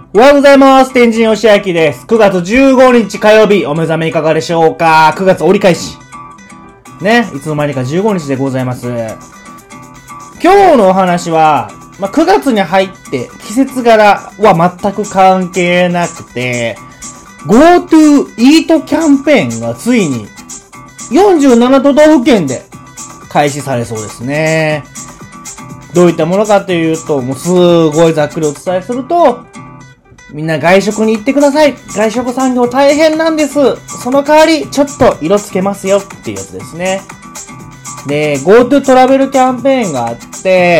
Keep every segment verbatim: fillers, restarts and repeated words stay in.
おはようございます。天神よしあきです。くがつじゅうごにち火曜日、お目覚めいかがでしょうか。くがつ折り返し。ね、いつの間にかじゅうごにちでございます。今日のお話は、まあ、くがつに入って季節柄は全く関係なくて、GoTo イートキャンペーンがついによんじゅうななとどうふけんで開始されそうですね。どういったものかというと、もうすごいざっくりお伝えすると、みんな外食に行ってください。外食産業大変なんです。その代わり、ちょっと色つけますよっていうやつですね。で、GoTo トラベルキャンペーンがあって、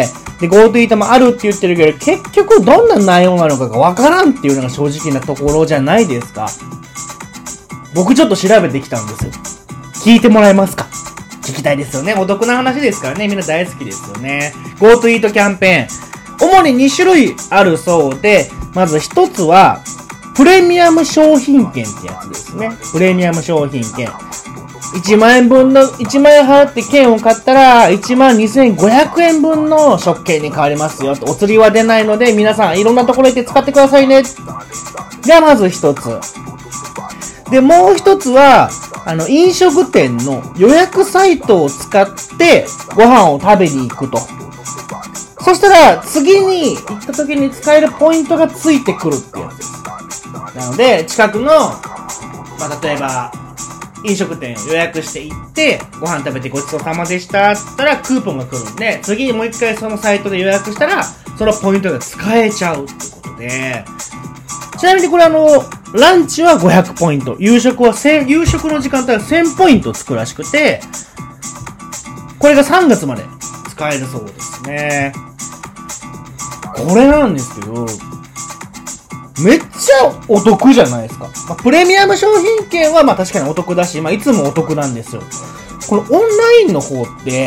で、GoTo イートもあるって言ってるけど、結局どんな内容なのかがわからんっていうのが正直なところじゃないですか。僕ちょっと調べてきたんですよ。聞いてもらえますか？聞きたいですよね。お得な話ですからね。みんな大好きですよね。GoTo イートキャンペーン。主ににしゅるいあるそうで、まず一つは、プレミアム商品券ってやつですね。プレミアム商品券。いちまんえんぶんの、いちまんえん払って券を買ったら、いちまんにせんごひゃくえんぶんの食券に変わりますよ。お釣りは出ないので、皆さんいろんなところ行って使ってくださいね。がまず一つ。で、もう一つは、あの、飲食店の予約サイトを使ってご飯を食べに行くと。そしたら、次に行った時に使えるポイントがついてくるってやつです。なので、近くの、まあ、例えば、飲食店を予約して行って、ご飯食べてごちそうさまでしたって言ったら、クーポンが来るんで、次にもう一回そのサイトで予約したら、そのポイントが使えちゃうってことで、ちなみにこれあの、ランチはごひゃくポイント、夕食はせん、夕食の時間帯はせんポイントつくらしくて、これがさんがつまで使えるそうですね。これなんですけど、めっちゃお得じゃないですか。まあ、プレミアム商品券はまあ確かにお得だし、まあいつもお得なんですよ。このオンラインの方って、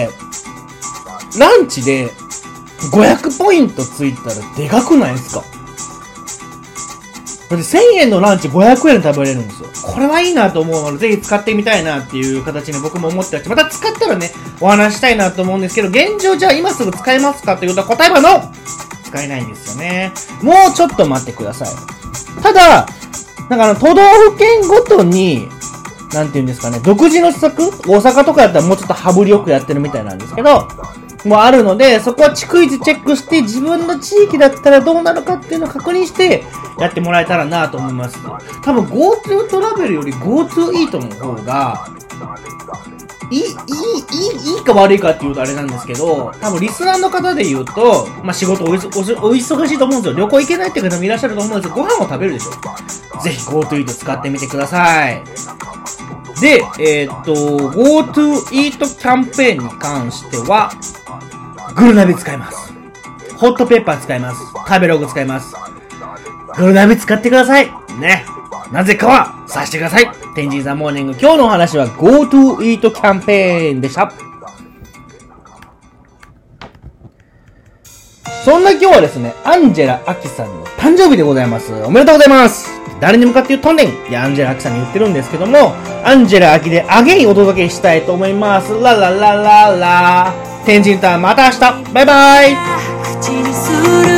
ランチでごひゃくポイントついたらでかくないですか？だってせんえんのランチごひゃくえんで食べれるんですよ。これはいいなと思うので、ぜひ使ってみたいなっていう形に僕も思ってたし、また使ったらね、お話したいなと思うんですけど、現状じゃあ今すぐ使えますかというと答えはノー！使えないんですよね。もうちょっと待ってください。ただ、なんかあの、都道府県ごとに、なんていうんですかね、独自の施策？大阪とかだったらもうちょっと羽振りよくやってるみたいなんですけど、もうあるので、そこは逐一チェックして、自分の地域だったらどうなのかっていうのを確認して、やってもらえたらなと思います。多分 GoTo トラベルより GoTo イートの方が、いい、いい、いい、いいか悪いかっていうとあれなんですけど、多分リスナーの方で言うと、まあ、仕事おいそ、おい、お忙しいと思うんですよ。旅行行けないって方もいらっしゃると思うんですけど、ご飯を食べるでしょ。ぜひ GoTo イート使ってみてください。で、えー、っと、GoTo イートキャンペーンに関しては、グルナビ使います。ホットペッパー使います。食べログ使います。グルナビ使ってください。ね。なぜかは、させてください。天神ザモーニング。今日のお話は GoTo イートキャンペーンでした。そんな今日はですね、アンジェラ・アキさんの誕生日でございます。おめでとうございます。誰に向かって言うとんねん。いや、アンジェラ・アキさんに言ってるんですけども、アンジェラ・アキでアゲインお届けしたいと思います。ラララララ。天神ターンまた明日。バイバイ。